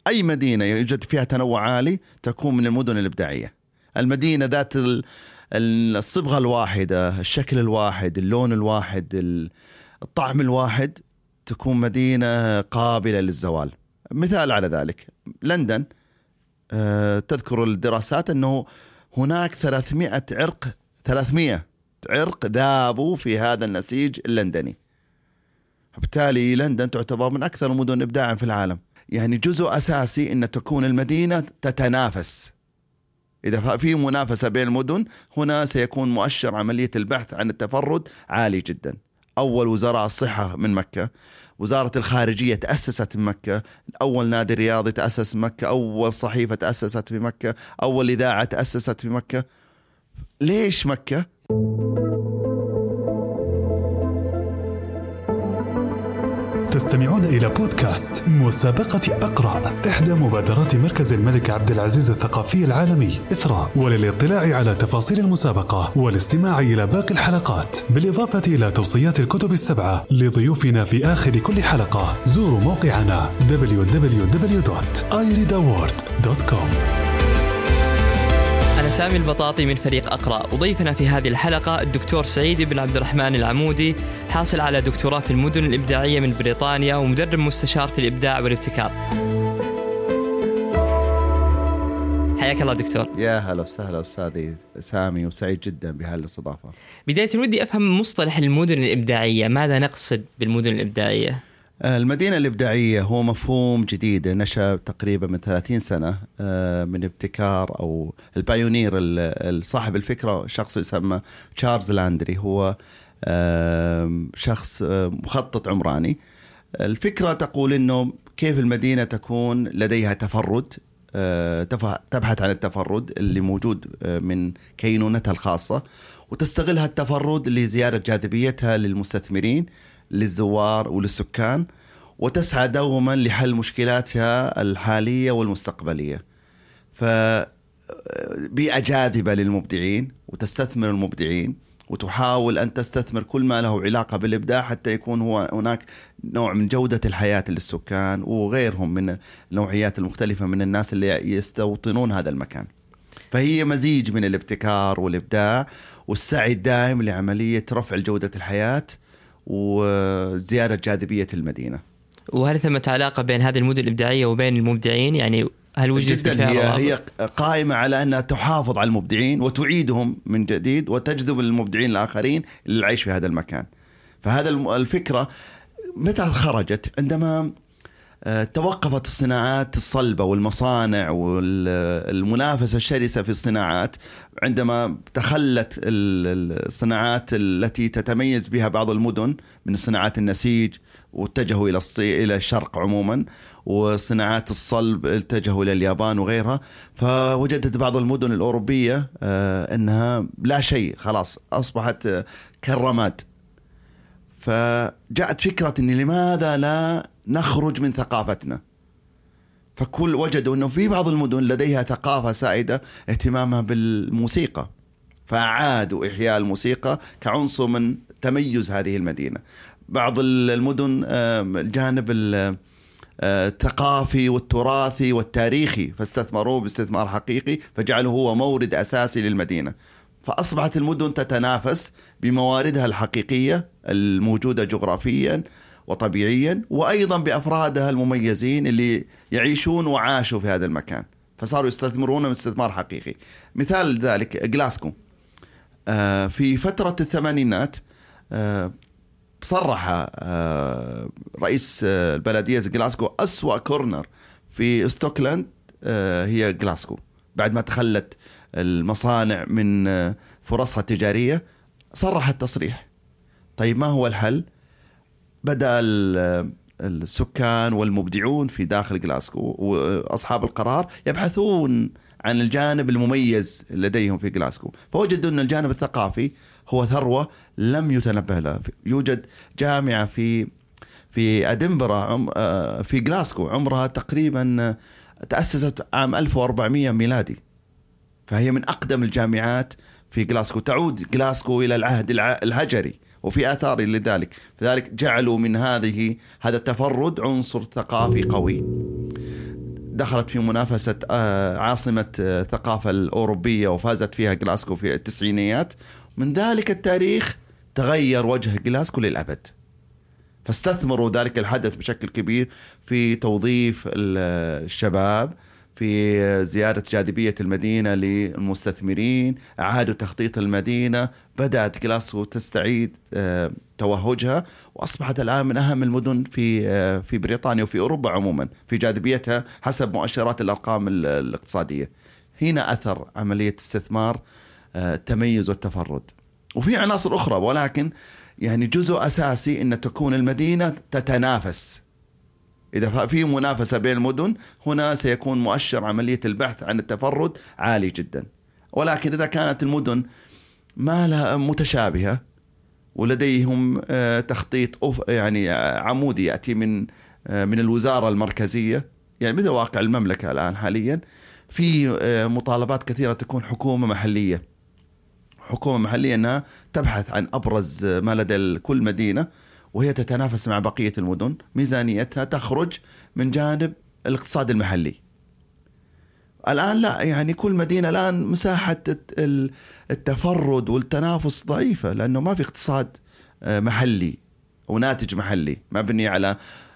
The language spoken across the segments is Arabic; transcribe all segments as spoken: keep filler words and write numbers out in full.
أي مدينة يوجد فيها تنوع عالي تكون من المدن الإبداعية. المدينة ذات الصبغة الواحدة، الشكل الواحد، اللون الواحد، الطعم الواحد، تكون مدينة قابلة للزوال. مثال على ذلك لندن، تذكر الدراسات أنه هناك ثلاثمائة عرق ثلاثمائة عرق ذابوا في هذا النسيج اللندني. بالتالي لندن تعتبر من أكثر المدن إبداعا في العالم. يعني جزء أساسي أن تكون المدينة تتنافس. إذا في منافسة بين المدن هنا سيكون مؤشر عملية البحث عن التفرد عالي جدا. أول وزراء الصحة من مكة، وزارة الخارجية تأسست في مكة، أول نادي رياضي تأسس في مكة، أول صحيفة تأسست في مكة، أول إذاعة تأسست في مكة. ليش مكة؟ تستمعون إلى بودكاست مسابقة أقرأ، إحدى مبادرات مركز الملك عبد العزيز الثقافي العالمي إثراء. وللاطلاع على تفاصيل المسابقة والاستماع إلى باقي الحلقات بالإضافة إلى توصيات الكتب السبعة لضيوفنا في آخر كل حلقة، زوروا موقعنا دبليو دبليو دبليو دوت آي ريد أوورد دوت كوم. أنا سامي البطاطي من فريق أقرأ، وضيفنا في هذه الحلقة الدكتور سعيد بن عبد الرحمن العمودي، حاصل على دكتوراه في المدن الإبداعية من بريطانيا ومدرب مستشار في الإبداع والابتكار. حياك الله دكتور. يا هلا وسهلا أستاذي سامي، وسعيد جدا بهذه الاستضافة. بداية ودي أفهم مصطلح المدن الإبداعية، ماذا نقصد بالمدن الإبداعية؟ المدينة الإبداعية هو مفهوم جديد نشأ تقريبا من ثلاثين سنة من ابتكار أو البايونير صاحب الفكرة، شخص يسمى تشارلز لاندري. هو شخص مخطط عمراني. الفكرة تقول إنه كيف المدينة تكون لديها تفرد، تبحث عن التفرد اللي موجود من كينونتها الخاصة، وتستغلها التفرد لزيادة جاذبيتها للمستثمرين، للزوار وللسكان، وتسعى دوما لحل مشكلاتها الحالية والمستقبلية. فبيئة جاذبة للمبدعين، وتستثمر المبدعين، وتحاول أن تستثمر كل ما له علاقة بالإبداع حتى يكون هو هناك نوع من جودة الحياة للسكان وغيرهم من النوعيات المختلفة من الناس اللي يستوطنون هذا المكان. فهي مزيج من الابتكار والإبداع والسعي الدائم لعملية رفع جودة الحياة وزيادة جاذبية المدينة. وهل ثمة علاقة بين هذه المدن الإبداعية وبين المبدعين؟ يعني هل وجدت جدا هي, هي قائمة على أنها تحافظ على المبدعين وتعيدهم من جديد وتجذب المبدعين الآخرين اللي العيش في هذا المكان. فهذا الفكرة متى خرجت؟ عندما توقفت الصناعات الصلبة والمصانع والمنافسة الشرسة في الصناعات، عندما تخلت الصناعات التي تتميز بها بعض المدن من صناعات النسيج واتجهوا إلى إلى الشرق عموما، وصناعات الصلب اتجهوا إلى اليابان وغيرها. فوجدت بعض المدن الأوروبية أنها لا شيء، خلاص أصبحت كالرماد. فجاءت فكرة أن لماذا لا نخرج من ثقافتنا؟ فكل وجدوا أنه في بعض المدن لديها ثقافة سائدة اهتمامها بالموسيقى، فأعادوا إحياء الموسيقى كعنصر من تميز هذه المدينة. بعض المدن الجانب الثقافي والتراثي والتاريخي فاستثمروه باستثمار حقيقي، فجعله هو مورد أساسي للمدينة. فأصبحت المدن تتنافس بمواردها الحقيقية الموجودة جغرافيا وطبيعيا، وأيضا بأفرادها المميزين اللي يعيشون وعاشوا في هذا المكان، فصاروا يستثمرون من استثمار حقيقي. مثال ذلك غلاسكو. في فترة الثمانينات صرح رئيس البلدية غلاسكو أسوأ كورنر في ستوكلاند هي غلاسكو، بعد ما تخلت المصانع من فرصها التجارية. صرح التصريح. طيب ما هو الحل؟ بدأ السكان والمبدعون في داخل غلاسكو وأصحاب القرار يبحثون عن الجانب المميز لديهم في غلاسكو، فوجدوا أن الجانب الثقافي هو ثروة لم يتنبه لها. يوجد جامعة في في أدنبرا في غلاسكو عمرها تقريبا تأسست عام ألف وأربعمائة ميلادي، فهي من أقدم الجامعات في غلاسكو. تعود غلاسكو إلى العهد الهجري وفي آثار لذلك، فذلك جعلوا من هذه هذا التفرد عنصر ثقافي قوي. دخلت في منافسة عاصمة الثقافة الأوروبية وفازت فيها غلاسكو في التسعينيات. من ذلك التاريخ تغير وجه غلاسكو للأبد، فاستثمروا ذلك الحدث بشكل كبير في توظيف الشباب، في زيادة جاذبية المدينة للمستثمرين، أعادوا تخطيط المدينة، بدأت غلاسكو تستعيد توهجها، وأصبحت الآن من أهم المدن في في بريطانيا وفي أوروبا عموما في جاذبيتها حسب مؤشرات الأرقام الاقتصادية. هنا أثر عملية استثمار التميز والتفرد. وفي عناصر أخرى، ولكن يعني جزء أساسي أن تكون المدينة تتنافس. إذا في منافسة بين المدن هنا سيكون مؤشر عملية البحث عن التفرد عالي جدا. ولكن إذا كانت المدن ما لها متشابهة ولديهم تخطيط يعني عمودي يأتي من من الوزارة المركزية، يعني مثل واقع المملكة الآن حاليا، في مطالبات كثيرة تكون حكومة محلية، حكومة محلية أنها تبحث عن أبرز ما لدى كل مدينة، وهي تتنافس مع بقية المدن، ميزانيتها تخرج من جانب الاقتصاد المحلي. الآن لا، يعني كل مدينة الآن مساحة التفرد والتنافس ضعيفة، لأنه ما في اقتصاد محلي وناتج محلي مبني على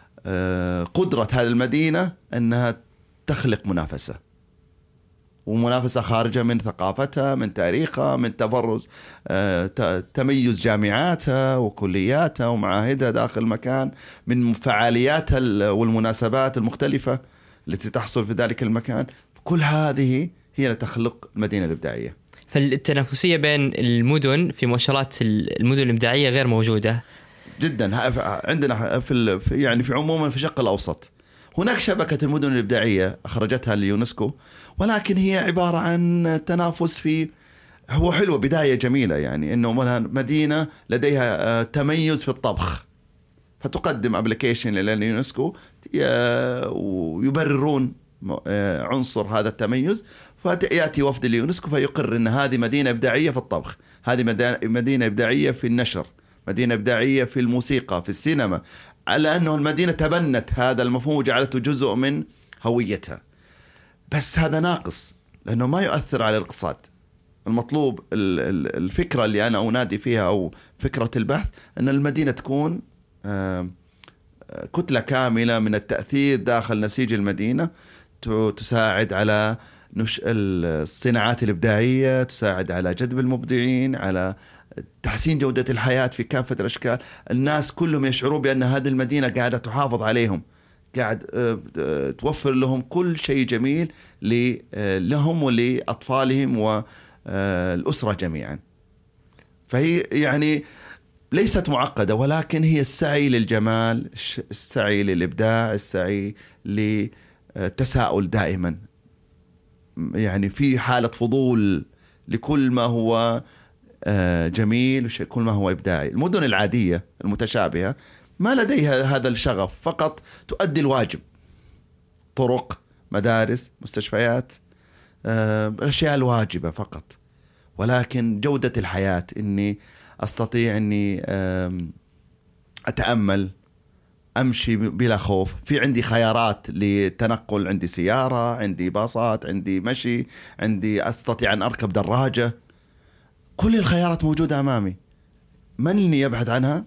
قدرة هذه المدينة أنها تخلق منافسة، ومنافسة خارجة من ثقافتها، من تاريخها، من تبرز تميز جامعاتها وكلياتها ومعاهدها داخل المكان، من فعالياتها والمناسبات المختلفة التي تحصل في ذلك المكان. كل هذه هي اللي تخلق المدينة الإبداعية. فالتنافسية بين المدن في مؤشرات المدن الإبداعية غير موجودة جدا عندنا في يعني في عموما في الشرق الأوسط. هناك شبكة المدن الإبداعية أخرجتها اليونسكو، ولكن هي عبارة عن تنافس في، هو حلو بداية جميلة، يعني إنه مدينة لديها تميز في الطبخ فتقدم أبليكيشن لليونسكو ويبررون عنصر هذا التميز، فيأتي وفد اليونسكو فيقر أن هذه مدينة إبداعية في الطبخ، هذه مدينة إبداعية في النشر، مدينة إبداعية في الموسيقى، في السينما، على أنه المدينة تبنت هذا المفهوم وجعلته جزء من هويتها. بس هذا ناقص لأنه ما يؤثر على الاقتصاد. المطلوب الفكرة اللي أنا أنادي فيها أو فكرة البحث أن المدينة تكون كتلة كاملة من التأثير داخل نسيج المدينة، تساعد على نشء الصناعات الإبداعية، تساعد على جذب المبدعين، على تحسين جودة الحياة في كافة الأشكال. الناس كلهم يشعروا بأن هذه المدينة قاعدة تحافظ عليهم، قاعد توفر لهم كل شيء جميل لهم ولأطفالهم والأسرة جميعا. فهي يعني ليست معقدة، ولكن هي السعي للجمال، السعي للإبداع، السعي للتساؤل دائما، يعني في حالة فضول لكل ما هو جميل وكل ما هو إبداعي. المدن العادية المتشابهة ما لديها هذا الشغف، فقط تؤدي الواجب، طرق، مدارس، مستشفيات، الأشياء الواجبة فقط. ولكن جودة الحياة، إني أستطيع أني أتأمل، أمشي بلا خوف، في عندي خيارات للتنقل، عندي سيارة، عندي باصات، عندي مشي، عندي أستطيع أن أركب دراجة، كل الخيارات موجودة أمامي. من اللي يبحث عنها؟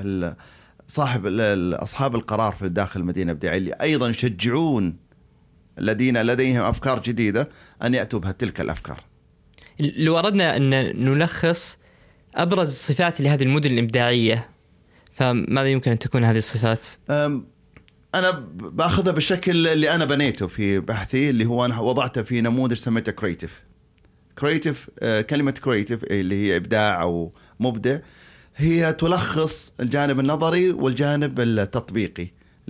صاحب أصحاب القرار في داخل المدينة الإبداعية، اللي أيضا يشجعون الذين لديهم أفكار جديدة أن يأتوا بتلك الأفكار. لو أردنا أن نلخص أبرز الصفات لهذه المدن الإبداعية، فماذا يمكن أن تكون هذه الصفات؟ أنا بأخذها بالشكل اللي أنا بنيته في بحثي، اللي هو أنا وضعته في نموذج سميته كريتيف. كريتيف، كلمة كريتيف اللي هي إبداع أو مبدع، هي تلخص الجانب النظري والجانب التطبيقي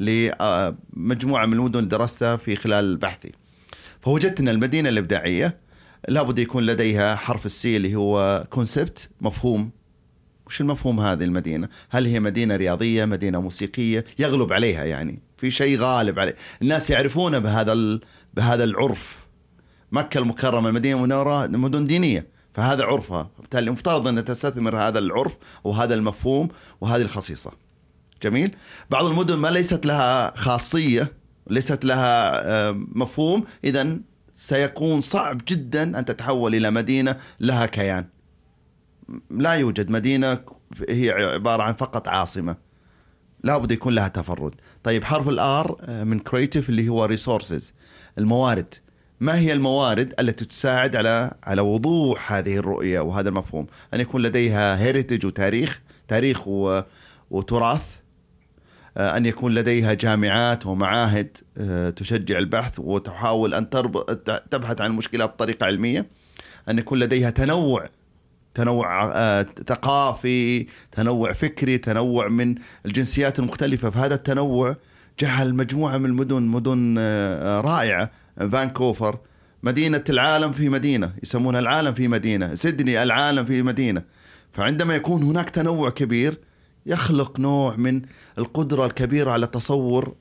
لمجموعة من المدن درستها في خلال بحثي. فوجدت أن المدينة الإبداعية لابد يكون لديها حرف السي اللي هو كونسبت، مفهوم. وش المفهوم هذه المدينة؟ هل هي مدينة رياضية، مدينة موسيقية؟ يغلب عليها، يعني في شيء غالب عليه، الناس يعرفونه بهذا بهذا العرف. مكة المكرمة المدينة المنورة مدن دينية، فهذا عرفها، بالتالي مفترض أن تستثمر هذا العرف وهذا المفهوم وهذه الخصيصة. جميل. بعض المدن ما ليست لها خاصية ليست لها مفهوم، إذن سيكون صعب جدا أن تتحول إلى مدينة لها كيان. لا يوجد مدينة هي عبارة عن فقط عاصمة، لا بد يكون لها تفرد. طيب حرف الآر من كريتيف اللي هو ريسورسز، الموارد. ما هي الموارد التي تساعد على على وضوح هذه الرؤية وهذا المفهوم؟ أن يكون لديها هيريتج وتاريخ، تاريخ وتراث، أن يكون لديها جامعات ومعاهد تشجع البحث وتحاول أن تبحث عن المشكلة بطريقة علمية، أن يكون لديها تنوع تنوع ثقافي، تنوع فكري، تنوع من الجنسيات المختلفة. فهذا التنوع جعل مجموعة من المدن مدن رائعة. فانكوفر مدينة العالم في مدينة، يسمونها العالم في مدينة. سيدني العالم في مدينة. فعندما يكون هناك تنوع كبير يخلق نوع من القدرة الكبيرة على تصور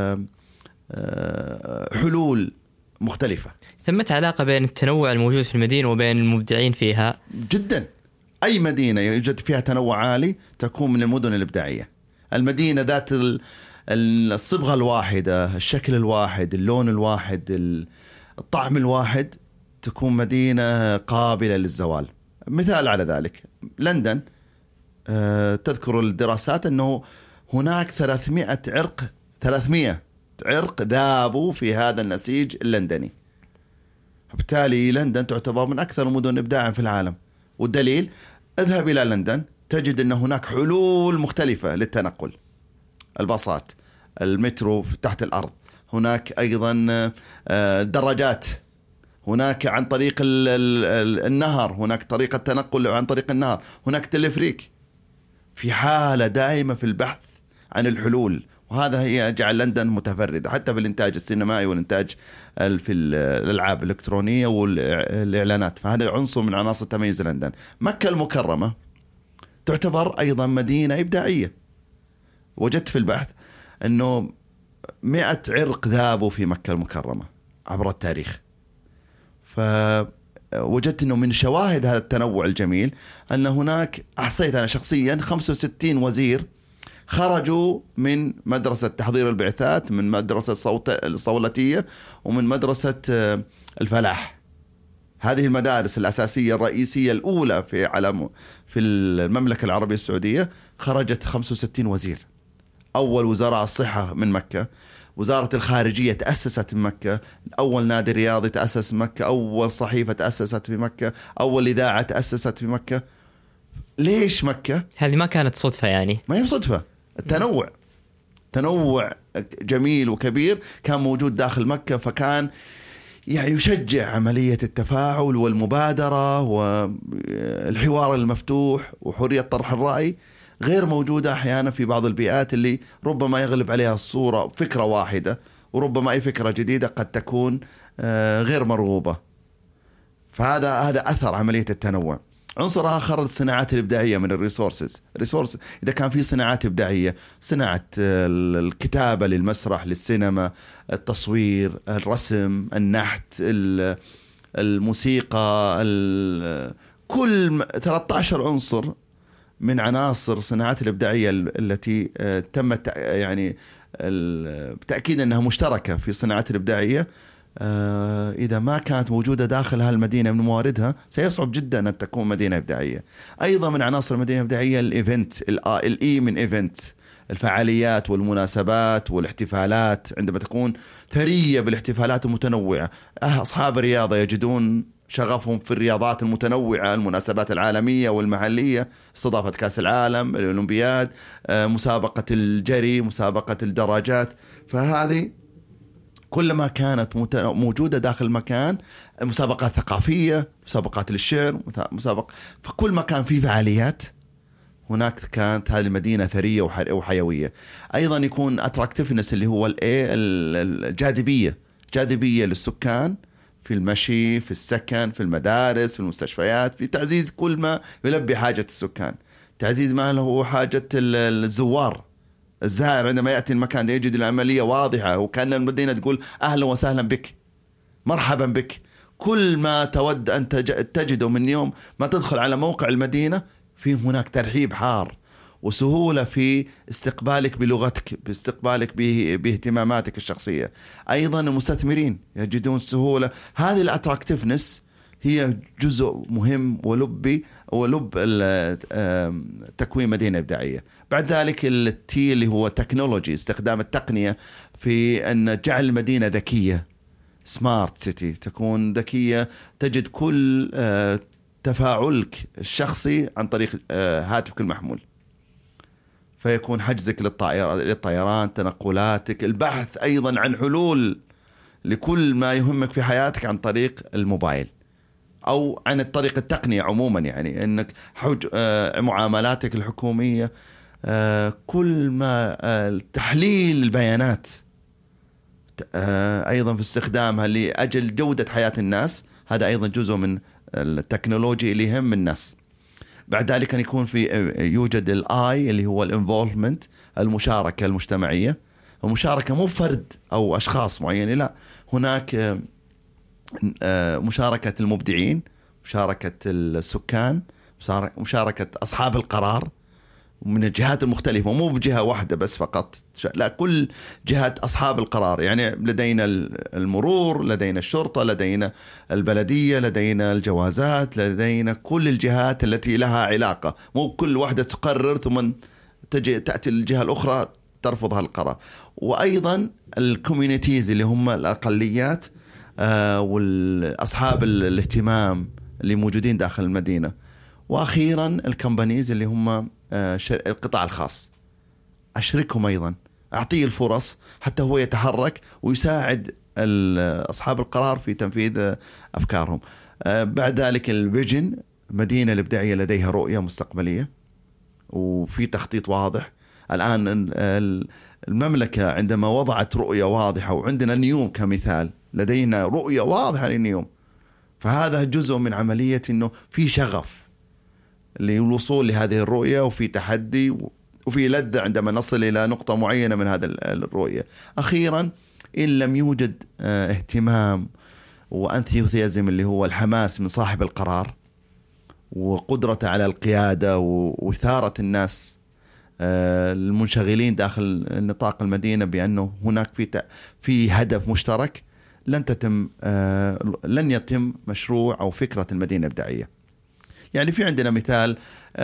حلول مختلفة. ثمة علاقة بين التنوع الموجود في المدينة وبين المبدعين فيها جدا. أي مدينة يوجد فيها تنوع عالي تكون من المدن الإبداعية. المدينة ذات الصبغة الواحدة، الشكل الواحد، اللون الواحد، الطعم الواحد، تكون مدينة قابلة للزوال. مثال على ذلك لندن، تذكر الدراسات أنه هناك ثلاثمائة عرق ثلاثمائة عرق ذابوا في هذا النسيج اللندني. بالتالي لندن تعتبر من أكثر المدن إبداعا في العالم. والدليل، اذهب إلى لندن تجد أن هناك حلول مختلفة للتنقل، الباصات، المترو تحت الأرض، هناك أيضا دراجات، هناك عن طريق النهر، هناك طريقة تنقل عن طريق النهر، هناك تلفريك. في حالة دائمة في البحث عن الحلول، وهذا هي جعل لندن متفردة حتى في الإنتاج السينمائي والإنتاج في الألعاب الإلكترونية والإعلانات. فهذا عنصر من عناصر تميز لندن. مكة المكرمة تعتبر أيضا مدينة إبداعية. وجدت في البحث أنه مئة عرق ذابوا في مكة المكرمة عبر التاريخ. فوجدت أنه من شواهد هذا التنوع الجميل أن هناك، أحصيت أنا شخصيا خمسة وستين وزير خرجوا من مدرسة تحضير البعثات، من مدرسة الصولتية، ومن مدرسة الفلاح. هذه المدارس الأساسية الرئيسية الأولى في علم في المملكة العربية السعودية خرجت خمسة وستين وزير. أول وزراء الصحة من مكة، وزارة الخارجية تأسست من مكة، أول نادي رياضي تأسس في مكة، أول صحيفة تأسست في مكة، أول إذاعة تأسست في مكة. ليش مكة؟ هذه ما كانت صدفة يعني؟ ما هي صدفة. التنوع تنوع جميل وكبير كان موجود داخل مكة، فكان يعني يشجع عملية التفاعل والمبادرة والحوار المفتوح وحرية طرح الرأي، غير موجودة أحيانا في بعض البيئات اللي ربما يغلب عليها الصورة فكرة واحدة، وربما أي فكرة جديدة قد تكون غير مرغوبة. فهذا هذا أثر عملية التنوع. عنصر آخر الصناعات الإبداعية من الريسورسز. ريسورس إذا كان في صناعات إبداعية، صناعة الكتابة للمسرح، للسينما، التصوير، الرسم، النحت، الموسيقى، كل ثلاثة عشر عنصر من عناصر الصناعات الإبداعية التي تم يعني بالتأكيد أنها مشتركة في الصناعات الإبداعية. إذا ما كانت موجودة داخل هالمدينة من مواردها سيصعب جدا أن تكون مدينة إبداعية. أيضا من عناصر المدينة الإبداعية الإيفنت، الإي من إيفنت، الفعاليات والمناسبات والاحتفالات. عندما تكون ثرية بالاحتفالات المتنوعة، أصحاب الرياضة يجدون شغفهم في الرياضات المتنوعة، المناسبات العالمية والمحلية، استضافة كأس العالم، الأولمبياد، مسابقة الجري، مسابقة الدراجات. فهذه كلما كانت موجودة داخل المكان، مسابقات ثقافية، مسابقات للشعر، مسابق، فكل ما كان فيه فعاليات هناك كانت هذه المدينة ثرية وحيوية. أيضا يكون attractiveness اللي هو الجاذبية، جاذبية للسكان في المشي، في السكن، في المدارس، في المستشفيات، في تعزيز كل ما يلبي حاجة السكان، تعزيز ما له حاجة الزوار. الزائر عندما يأتي المكان يجد العملية واضحة، وكأن المدينة تقول أهلا وسهلا بك، مرحبا بك. كل ما تود أن تجده من يوم ما تدخل على موقع المدينة في هناك ترحيب حار وسهولة في استقبالك بلغتك، باستقبالك باهتماماتك الشخصية. أيضا المستثمرين يجدون سهولة. هذه الاتراكتيفنس هي جزء مهم ولبي ولب تكوين مدينة إبداعية. بعد ذلك التي اللي هو تكنولوجي، استخدام التقنية في أن جعل المدينة ذكية، سمارت سيتي، تكون ذكية، تجد كل تفاعلك الشخصي عن طريق هاتفك المحمول، فيكون حجزك للطيران، تنقلاتك، البحث أيضا عن حلول لكل ما يهمك في حياتك عن طريق الموبايل أو عن الطريق التقنية عموما. يعني أنك حج معاملاتك الحكومية، كل ما تحليل البيانات أيضا في استخدامها لأجل جودة حياة الناس، هذا أيضا جزء من التكنولوجيا اللي يهم الناس. بعد ذلك أن يكون في يوجد الآي اللي هو الانفولفمنت، المشاركة المجتمعية. المشاركة مو فرد أو أشخاص معينين، لا، هناك مشاركة المبدعين، مشاركة السكان، مشاركة أصحاب القرار من الجهات المختلفة، مو بجهة واحدة بس فقط، لا، كل جهات أصحاب القرار. يعني لدينا المرور، لدينا الشرطة، لدينا البلدية، لدينا الجوازات، لدينا كل الجهات التي لها علاقة، مو كل واحدة تقرر ثم تجي تأتي الجهة الأخرى ترفض هالقرار. وأيضا الكوميونيتيز اللي هم الأقليات آه والأصحاب الاهتمام اللي موجودين داخل المدينة. وأخيرا الكمبانيز اللي هم القطاع الخاص، أشركهم أيضا، أعطيه الفرص حتى هو يتحرك ويساعد أصحاب القرار في تنفيذ أفكارهم. بعد ذلك الفيجن، مدينة الإبداعية لديها رؤية مستقبلية وفي تخطيط واضح. الآن المملكة عندما وضعت رؤية واضحة، وعندنا النيوم كمثال، لدينا رؤية واضحة للنيوم، فهذا جزء من عملية أنه في شغف للوصول لهذه الرؤية، وفي تحدي وفي لذة عندما نصل إلى نقطة معينة من هذا الرؤية. أخيرا إن لم يوجد اهتمام وأنثيوثيازم اللي هو الحماس من صاحب القرار وقدرته على القيادة وإثارة الناس المنشغلين داخل نطاق المدينة بأنه هناك في في هدف مشترك، لن تتم لن يتم مشروع أو فكرة المدينة الإبداعية. يعني في عندنا مثال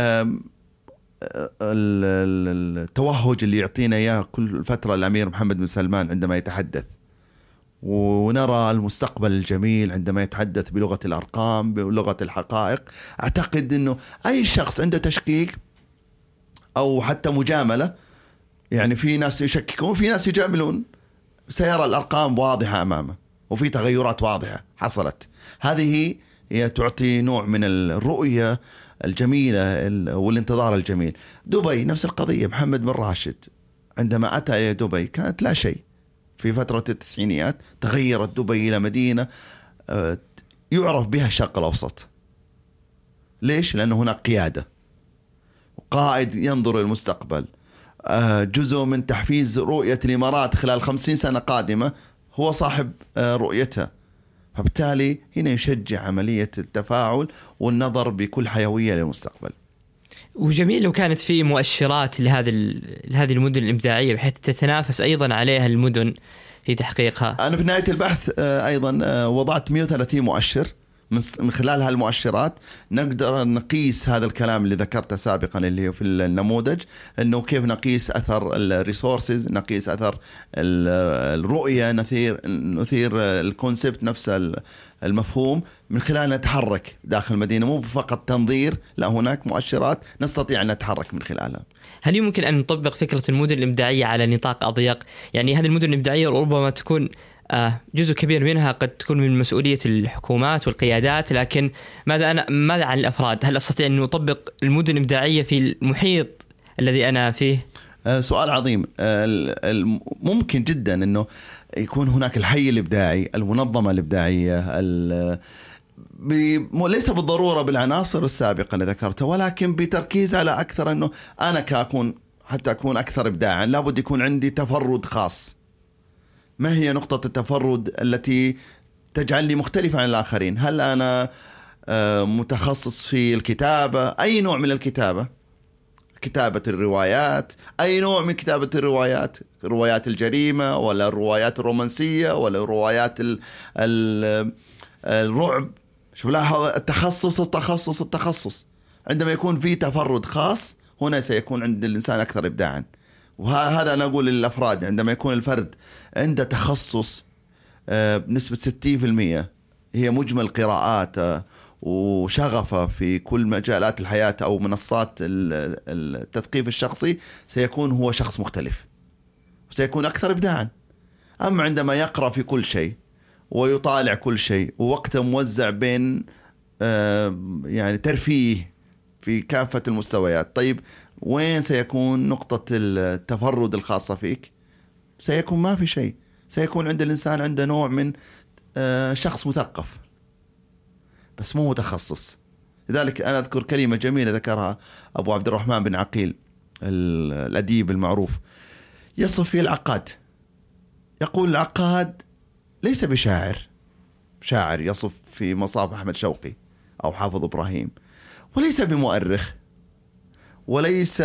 التوهج اللي يعطينا إياه كل فترة الأمير محمد بن سلمان عندما يتحدث، ونرى المستقبل الجميل عندما يتحدث بلغة الأرقام، بلغة الحقائق. أعتقد أنه أي شخص عنده تشكيك أو حتى مجاملة، يعني في ناس يشككون، في ناس يجاملون، سيرى الأرقام واضحة أمامه وفي تغيرات واضحة حصلت. هذه هي تعطي نوع من الرؤية الجميلة والانتظار الجميل. دبي نفس القضية. محمد بن راشد عندما أتى إلى دبي كانت لا شيء في فترة التسعينيات، تغيرت دبي إلى مدينة يعرف بها الشرق الأوسط. ليش؟ لأنه هناك قيادة، قائد ينظر للمستقبل. جزء من تحفيز رؤية الإمارات خلال خمسين سنة قادمة هو صاحب رؤيتها، فبالتالي هنا يشجع عملية التفاعل والنظر بكل حيوية للمستقبل. وجميل لو كانت في مؤشرات لهذه لهذه المدن الإبداعية بحيث تتنافس أيضا عليها المدن في تحقيقها. أنا في نهاية البحث أيضا وضعت مئة وثلاثين مؤشر، من خلال هالمؤشرات نقدر نقيس هذا الكلام اللي ذكرته سابقا اللي في النموذج، انه كيف نقيس اثر الريسورسز، نقيس اثر الرؤيه، نثير نثير الكونسبت نفس المفهوم، من خلال نتحرك داخل المدينه، مو فقط تنظير، لا، هناك مؤشرات نستطيع ان نتحرك من خلالها. هل يمكن ان نطبق فكره المدن الابداعيه على نطاق اضيق؟ يعني هذه المدن الابداعيه ربما تكون جزء كبير منها قد تكون من مسؤولية الحكومات والقيادات، لكن ماذا أنا ماذا عن الأفراد؟ هل أستطيع أن أطبق المدن الإبداعية في المحيط الذي أنا فيه؟ سؤال عظيم. ممكن جدا أنه يكون هناك الحي الإبداعي، المنظمة الإبداعية، ليس بالضرورة بالعناصر السابقة اللي ذكرتها، ولكن بتركيز على أكثر أنه أنا كأكون حتى أكون أكثر إبداعا لابد يكون عندي تفرد خاص. ما هي نقطة التفرد التي تجعلني مختلفة عن الآخرين؟ هل أنا متخصص في الكتابة، أي نوع من الكتابة، كتابة الروايات، أي نوع من كتابة الروايات، روايات الجريمة ولا الروايات الرومانسية ولا روايات ال ال الرعب. شوف لاحظ التخصص التخصص التخصص عندما يكون في تفرد خاص هنا سيكون عند الإنسان أكثر إبداعا. وهذا أنا أقول للأفراد، عندما يكون الفرد عنده تخصص بنسبة ستين بالمئة هي مجمل قراءاته وشغفه في كل مجالات الحياة أو منصات التثقيف الشخصي، سيكون هو شخص مختلف وسيكون أكثر إبداعا. أما عندما يقرأ في كل شيء ويطالع كل شيء ووقته موزع بين يعني ترفيه في كافة المستويات، طيب وين سيكون نقطة التفرد الخاصة فيك؟ سيكون ما في شيء. سيكون عند الإنسان عنده نوع من شخص مثقف بس مو متخصص. لذلك أنا أذكر كلمة جميلة ذكرها أبو عبد الرحمن بن عقيل الأديب المعروف، يصف فيه العقاد. يقول العقاد ليس بشاعر شاعر يصف في مصاف أحمد شوقي أو حافظ إبراهيم، وليس بمؤرخ، وليس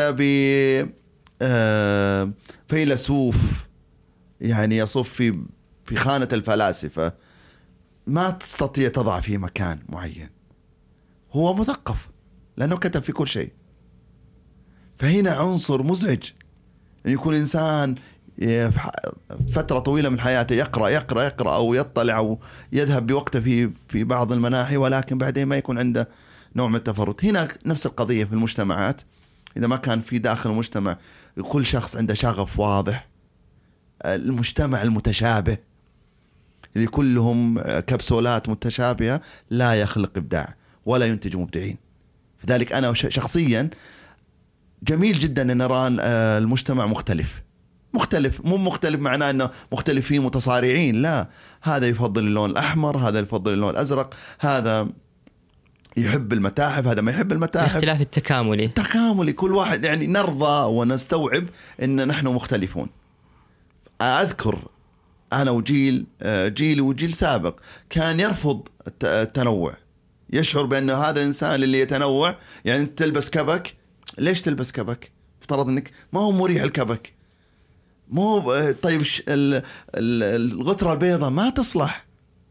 بفيلسوف يعني يصف في في خانة الفلاسفة ما تستطيع تضع في مكان معين. هو مثقف لأنه كتب في كل شيء. فهنا عنصر مزعج أن يكون إنسان فترة طويلة من حياته يقرأ يقرأ يقرأ أو يطلع أو يذهب بوقته في في بعض المناحي، ولكن بعدين ما يكون عنده نوع من التفرد. هنا نفس القضية في المجتمعات، إذا ما كان في داخل المجتمع كل شخص عنده شغف واضح، المجتمع المتشابه اللي كلهم كبسولات متشابهة لا يخلق إبداع ولا ينتج مبدعين. فذلك أنا شخصيا جميل جدا أن نرى المجتمع مختلف مختلف مو مختلف معناه أنه مختلفين متصارعين، لا، هذا يفضل اللون الأحمر، هذا يفضل اللون الأزرق، هذا يحب المتاحف، هذا ما يحب المتاحف. الاختلاف التكاملي تكاملي كل واحد يعني نرضى ونستوعب أن نحن مختلفون. أذكر أنا وجيل جيل وجيل سابق كان يرفض التنوع، يشعر بأن هذا إنسان اللي يتنوع يعني أنت تلبس كبك، ليش تلبس كبك؟ افترض أنك ما هو مريح الكبك، مو طيب الغترة البيضاء ما تصلح.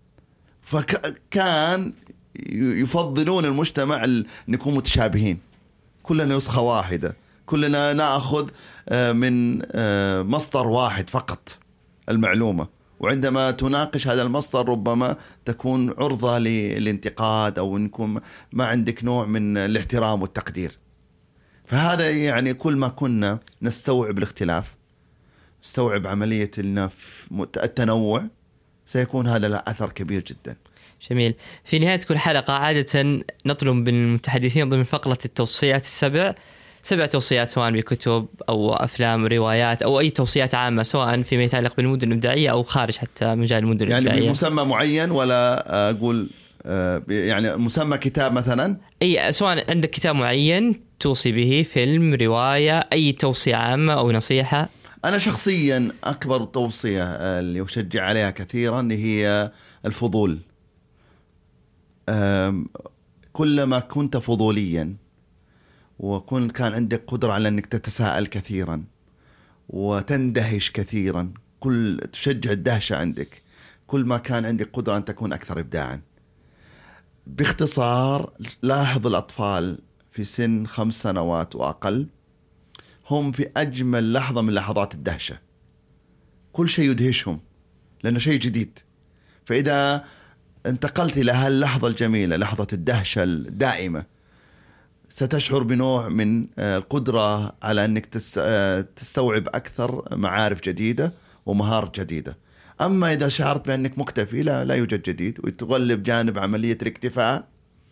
فكان يفضلون المجتمع أن نكون متشابهين، كلنا نسخة واحدة، كلنا نأخذ من مصدر واحد فقط المعلومة، وعندما تناقش هذا المصدر ربما تكون عرضة للانتقاد أو نكون ما عندك نوع من الاحترام والتقدير. فهذا يعني كل ما كنا نستوعب الاختلاف، نستوعب عملية التنوع، سيكون هذا له أثر كبير جدا. جميل. في نهاية كل حلقة عادة نطلب من المتحدثين ضمن فقرة التوصيات السبع سبع توصيات، سواء بكتب أو أفلام وروايات أو أي توصيات عامة، سواء فيما يتعلق بالمدن الإبداعية أو خارج حتى مجال المدن يعني الإبداعية. يعني بمسمى معين ولا أقول يعني مسمى كتاب مثلا؟ أي، سواء عندك كتاب معين توصي به، فيلم، رواية، أي توصية عامة أو نصيحة. أنا شخصيا أكبر توصية اللي أشجع عليها كثيرا هي الفضول. كلما كنت فضوليا وكن كان عندك قدرة على أنك تتساءل كثيرا وتندهش كثيرا، كل تشجع الدهشة عندك، كل ما كان عندك قدرة أن تكون أكثر إبداعا. باختصار، لاحظ الأطفال في سن خمس سنوات وأقل هم في أجمل لحظة من لحظات الدهشة، كل شيء يدهشهم لأنه شيء جديد. فإذا انتقلت إلى هاللحظة الجميلة، لحظة الدهشة الدائمة، ستشعر بنوع من القدرة على أنك تستوعب أكثر معارف جديدة ومهارات جديدة. أما إذا شعرت بأنك مكتفي، لا, لا يوجد جديد، وتغلب جانب عملية الاكتفاء.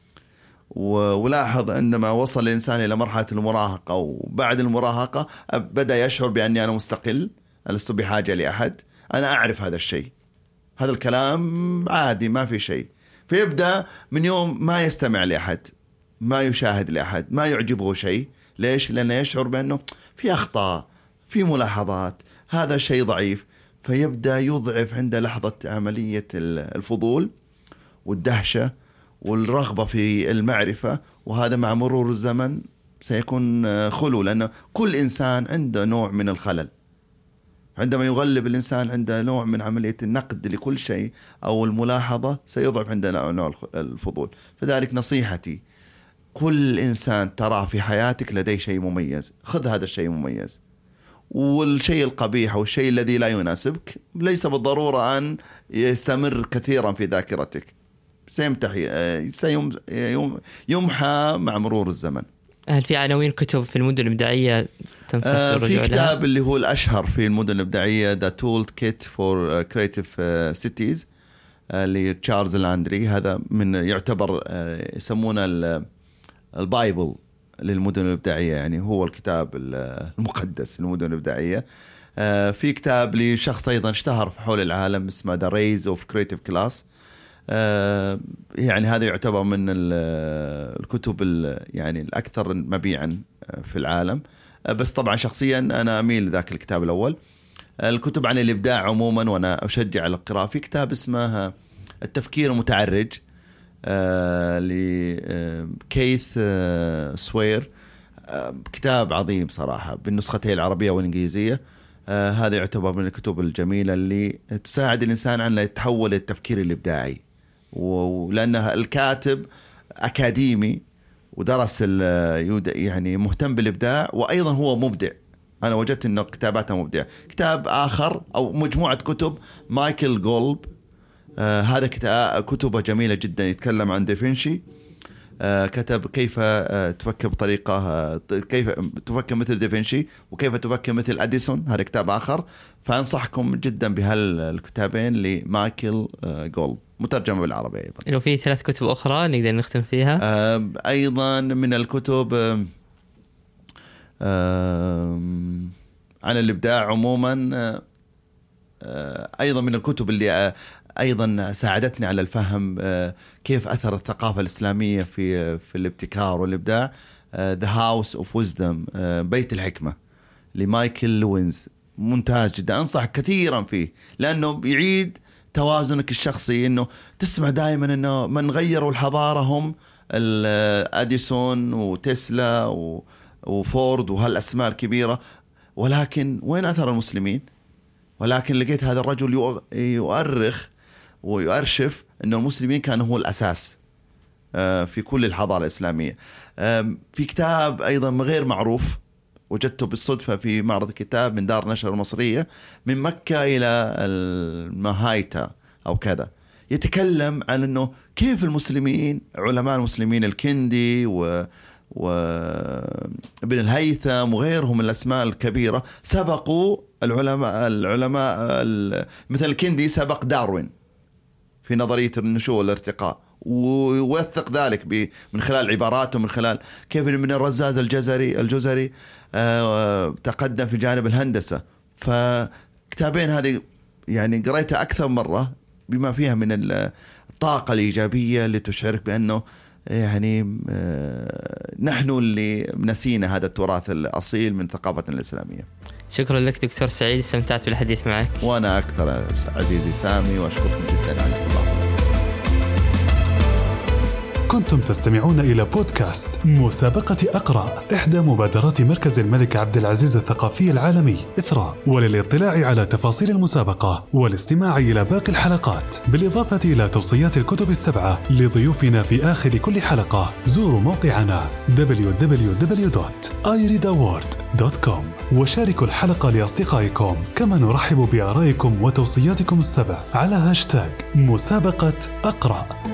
ولاحظ عندما وصل الإنسان إلى مرحلة المراهقة وبعد المراهقة بدأ يشعر بأني أنا مستقل، لست بحاجة لأحد، أنا أعرف هذا الشيء، هذا الكلام عادي ما في شيء. فيبدأ من يوم ما يستمع لأحد، ما يشاهد لأحد، ما يعجبه شيء. ليش؟ لأنه يشعر بأنه في أخطاء، في ملاحظات، هذا شيء ضعيف. فيبدأ يضعف عند لحظة عملية الفضول والدهشة والرغبة في المعرفة، وهذا مع مرور الزمن سيكون خلو، لأنه كل إنسان عنده نوع من الخلل. عندما يغلب الإنسان عنده نوع من عملية النقد لكل شيء أو الملاحظة، سيضعف عندنا نوع الفضول. فذلك نصيحتي، كل إنسان تراه في حياتك لديه شيء مميز، خذ هذا الشيء مميز، والشيء القبيح أو الشيء الذي لا يناسبك ليس بالضرورة أن يستمر كثيرا في ذاكرتك، سيمحى مع مرور الزمن. هل في عناوين كتب في المدن الإبداعية تنصح آه بالرجوع لها؟ في كتاب اللي هو الأشهر في المدن الإبداعية The Toolkit for Creative Cities لتشارلز لاندري. هذا من يعتبر آه يسمونه البايبل للمدن الإبداعية، يعني هو الكتاب المقدس للمدن الإبداعية. آه في كتاب لشخص أيضا اشتهر في حول العالم اسمه The Rise of Creative Class. آه يعني هذا يعتبر من الكتب يعني الأكثر مبيعا في العالم. آه بس طبعا شخصيا أنا أميل ذاك الكتاب الأول. الكتب عن الإبداع عموما وأنا أشجع على القراءة، في كتاب اسمه التفكير المتعرج آه لكيث آه سوير. آه كتاب عظيم صراحة بالنسختين العربية والإنجليزية. آه هذا يعتبر من الكتب الجميلة اللي تساعد الإنسان على يتحول للتفكير الإبداعي، ولأنها الكاتب أكاديمي ودرس يعني مهتم بالإبداع، وأيضا هو مبدع. أنا وجدت أنه كتاباته مبدع. كتاب آخر أو مجموعة كتب مايكل جولب، آه هذا كتاب كتبه جميلة جدا، يتكلم عن دافنشي. آه كتب كيف آه تفكر بطريقة آه كيف تفكر مثل دافنشي وكيف تفكر مثل أديسون. هذا كتاب آخر، فأنصحكم جدا بهالكتابين لمايكل آه جولب، مترجمة بالعربي أيضا. لو في ثلاث كتب أخرى نقدر نختم فيها. آه أيضا من الكتب آه آه عن الإبداع عموما، آه آه أيضا من الكتب اللي آه أيضا ساعدتني على الفهم آه كيف أثر الثقافة الإسلامية في في الابتكار والإبداع. آه The House of Wisdom آه بيت الحكمة لمايكل لوينز، ممتاز جدا، أنصح كثيرا فيه، لأنه يعيد توازنك الشخصي. إنه تسمع دائما إنه من غيروا الحضارة هم أديسون وتسلا وفورد وهالأسماء الكبيرة، ولكن وين أثر المسلمين؟ ولكن لقيت هذا الرجل يؤرخ ويؤرشف إنه المسلمين كانوا هو الأساس في كل الحضارة الإسلامية. في كتاب أيضا غير معروف وجدته بالصدفة في معرض الكتاب من دار نشر المصرية، من مكة إلى المهايتا أو كذا، يتكلم عن أنه كيف المسلمين علماء المسلمين الكندي و وابن الهيثم وغيرهم من الأسماء الكبيرة سبقوا العلماء العلماء مثل الكندي سبق داروين في نظرية النشوء والارتقاء، ويوثق ذلك من خلال عباراته، من خلال كيف من الرزاز الجزري الجزري تقدم في جانب الهندسة. فكتابين هذه يعني قريتها أكثر مرة بما فيها من الطاقة الإيجابية اللي تشعرك بأنه يعني نحن اللي نسينا هذا التراث الأصيل من ثقافتنا الإسلامية. شكرا لك دكتور سعيد، استمتعت بالحديث معك. وأنا أكثر عزيزي سامي، وأشكركم جدا على الاستضافة. كنتم تستمعون إلى بودكاست مسابقة أقرأ، إحدى مبادرات مركز الملك عبد العزيز الثقافي العالمي إثراء. وللاطلاع على تفاصيل المسابقة والاستماع إلى باقي الحلقات بالإضافة إلى توصيات الكتب السبعة لضيوفنا في آخر كل حلقة، زوروا موقعنا دبليو دبليو دبليو دوت آي ريد أوورد دوت كوم وشاركوا الحلقة لأصدقائكم. كما نرحب بآرائكم وتوصياتكم السبع على هاشتاغ مسابقة أقرأ.